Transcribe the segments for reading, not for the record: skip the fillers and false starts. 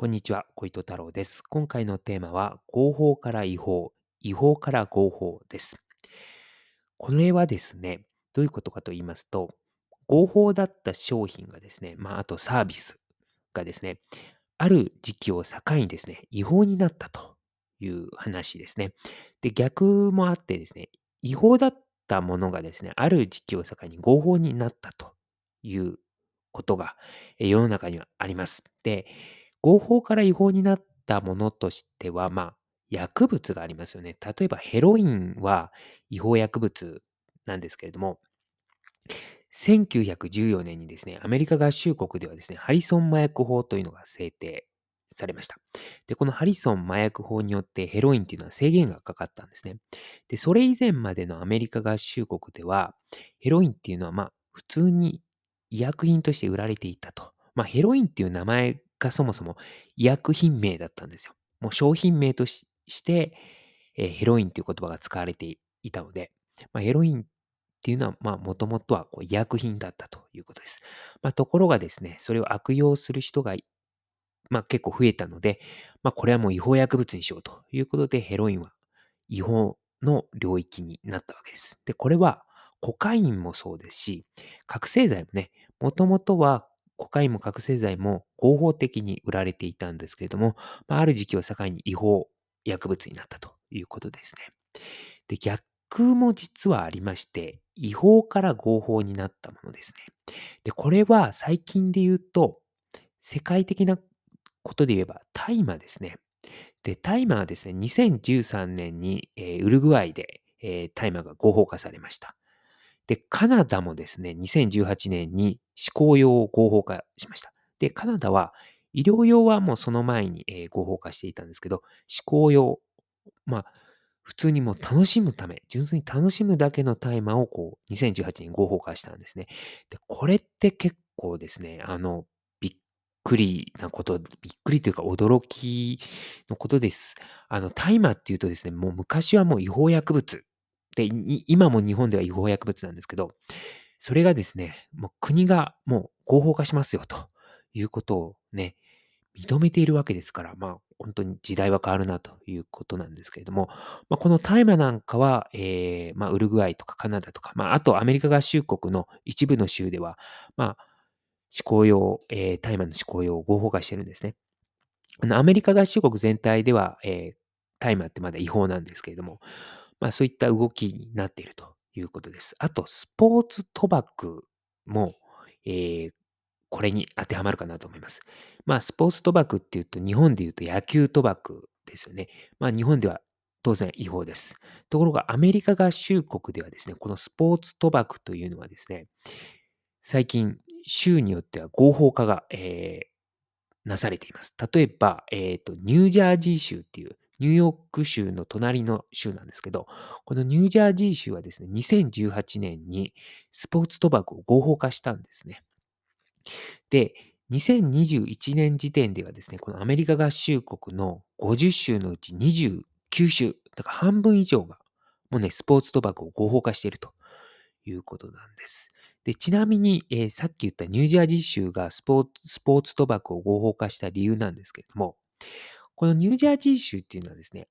こんにちは、小糸太郎です。今回のテーマは、合法から違法、違法から合法です。これはですね、どういうことかと言いますと、合法だった商品がですね、あとサービスがですね、ある時期を境にですね、違法になったという話ですね。で、逆もあってですね、違法だったものがですね、ある時期を境に合法になったということが世の中にはあります。で、合法から違法になったものとしては、薬物がありますよね。例えばヘロインは違法薬物なんですけれども、1914年にですね、アメリカ合衆国ではですね、ハリソン麻薬法というのが制定されました。で、このハリソン麻薬法によってヘロインっていうのは制限がかかったんですね。で、それ以前までのアメリカ合衆国では、ヘロインっていうのは普通に医薬品として売られていたと。ヘロインっていう名前がそもそも医薬品名だったんですよ。もう商品名として、ヘロインっていう言葉が使われていたので、ヘロインっていうのは、もともとは医薬品だったということです。ところがですね、それを悪用する人が、結構増えたので、これはもう違法薬物にしようということで、ヘロインは違法の領域になったわけです。で、これはコカインもそうですし、覚醒剤もね、もともとはコカインも覚醒剤も合法的に売られていたんですけれども、ある時期を境に違法薬物になったということですね。で、逆も実はありまして、違法から合法になったものですね。で、これは最近で言うと、世界的なことで言えば大麻ですね。で、大麻はですね、2013年に、ウルグアイで、大麻が合法化されました。で、カナダもですね、2018年に施行用を合法化しました。で、カナダは医療用はもうその前に、合法化していたんですけど、施行用、まあ、普通にもう楽しむため、純粋に楽しむだけの大麻を2018年に合法化したんですね。で、これって結構ですね、びっくりなこと、びっくりというか驚きのことです。大麻っていうとですね、もう昔はもう違法薬物で、今も日本では違法薬物なんですけど、それがですね、もう国がもう合法化しますよということをね、認めているわけですから、本当に時代は変わるなということなんですけれども、この大麻なんかは、ウルグアイとかカナダとか、あとアメリカ合衆国の一部の州では、施行用、大麻の施行用を合法化してるんですね。アメリカ合衆国全体では、大麻ってまだ違法なんですけれども、そういった動きになっているということです。あと、スポーツ賭博も、えーこれに当てはまるかなと思います。スポーツ賭博っていうと、日本でいうと野球賭博ですよね。日本では当然違法です。ところが、アメリカ合衆国ではですね、このスポーツ賭博というのはですね、最近、州によっては合法化が、なされています。例えば、ニュージャージー州っていう、ニューヨーク州の隣の州なんですけど、このニュージャージー州はですね、2018年にスポーツ賭博を合法化したんですね。で、2021年時点ではですね、このアメリカ合衆国の50州のうち29州、だから半分以上が、もうね、スポーツ賭博を合法化しているということなんです。で、ちなみに、さっき言ったニュージャージー州がスポーツ賭博を合法化した理由なんですけれども、このニュージャージー州っていうのはですね、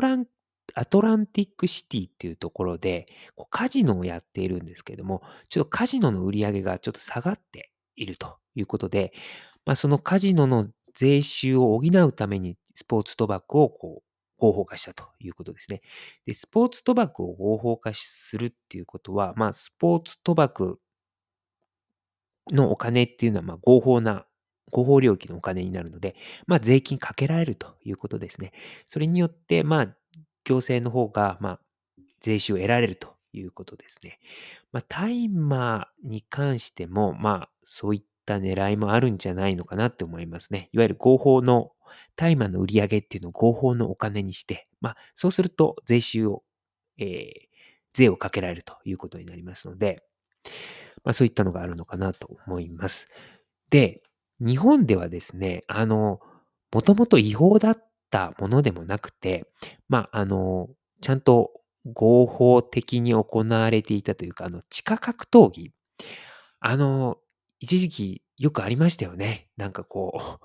アトランティックシティっていうところで、カジノをやっているんですけれども、ちょっとカジノの売り上げがちょっと下がっているということで、そのカジノの税収を補うためにスポーツ賭博を合法化したということですね。で、スポーツ賭博を合法化するっていうことは、スポーツ賭博のお金っていうのは、合法料金のお金になるので、税金かけられるということですね。それによって、行政の方が、税収を得られるということですね。大麻に関しても、そういった狙いもあるんじゃないのかなって思いますね。いわゆる合法の大麻の売り上げっていうのを合法のお金にして、そうすると税収を、えー税をかけられるということになりますので、そういったのがあるのかなと思います。で、日本ではですね、もともと違法だったものでもなくて、ちゃんと合法的に行われていたというか、地下格闘技、あの、一時期よくありましたよね。なんか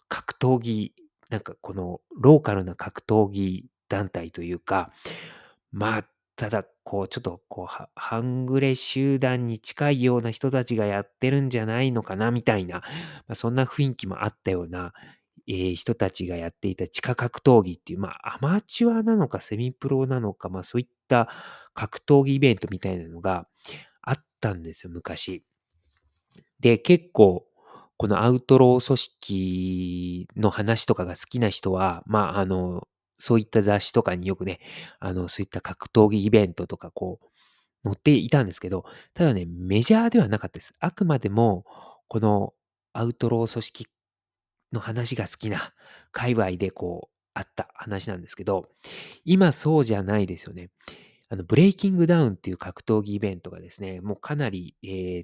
格闘技、なんかこのローカルな格闘技団体というか、まあ、ただ、こうちょっとこう、半グレ集団に近いような人たちがやってるんじゃないのかなみたいな、そんな雰囲気もあったような、人たちがやっていた地下格闘技っていう、アマチュアなのかセミプロなのか、そういった格闘技イベントみたいなのがあったんですよ、昔。で、結構、このアウトロー組織の話とかが好きな人は、そういった雑誌とかによくね、そういった格闘技イベントとかこう、載っていたんですけど、ただね、メジャーではなかったです。あくまでも、このアウトロー組織の話が好きな界隈でこう、あった話なんですけど、今そうじゃないですよね。ブレイキングダウンっていう格闘技イベントがですね、もうかなり、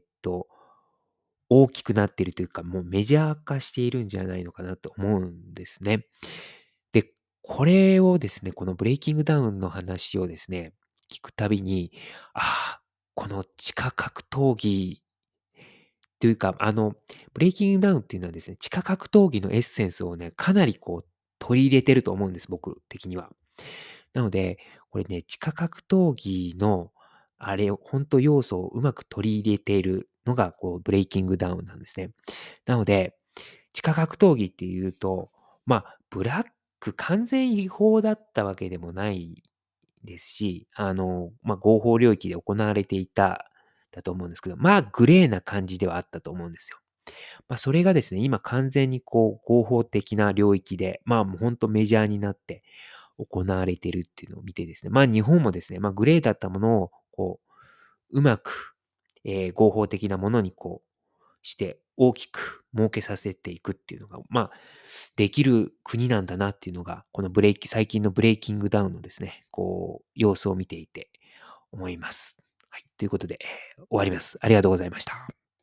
大きくなっているというか、もうメジャー化しているんじゃないのかなと思うんですね。で、これをですね、このブレイキングダウンの話をですね、聞くたびに、ああ、この地下格闘技というか、ブレイキングダウンっていうのはですね、地下格闘技のエッセンスをね、かなりこう取り入れてると思うんです、僕的には。なので、これね、地下格闘技の、あれを、本当要素をうまく取り入れているのが、こう、ブレイキングダウンなんですね。なので、地下格闘技っていうと、ブラック完全違法だったわけでもないですし、合法領域で行われていただと思うんですけど、グレーな感じではあったと思うんですよ。それがですね、今完全にこう、合法的な領域で、もう本当メジャーになって行われているっていうのを見てですね、日本もですね、グレーだったものを、こう、うまく、合法的なものにこうして大きく儲けさせていくっていうのが、できる国なんだなっていうのが、この最近のブレイキングダウンのですね、こう、様子を見ていて思います。はい。ということで、終わります。ありがとうございました。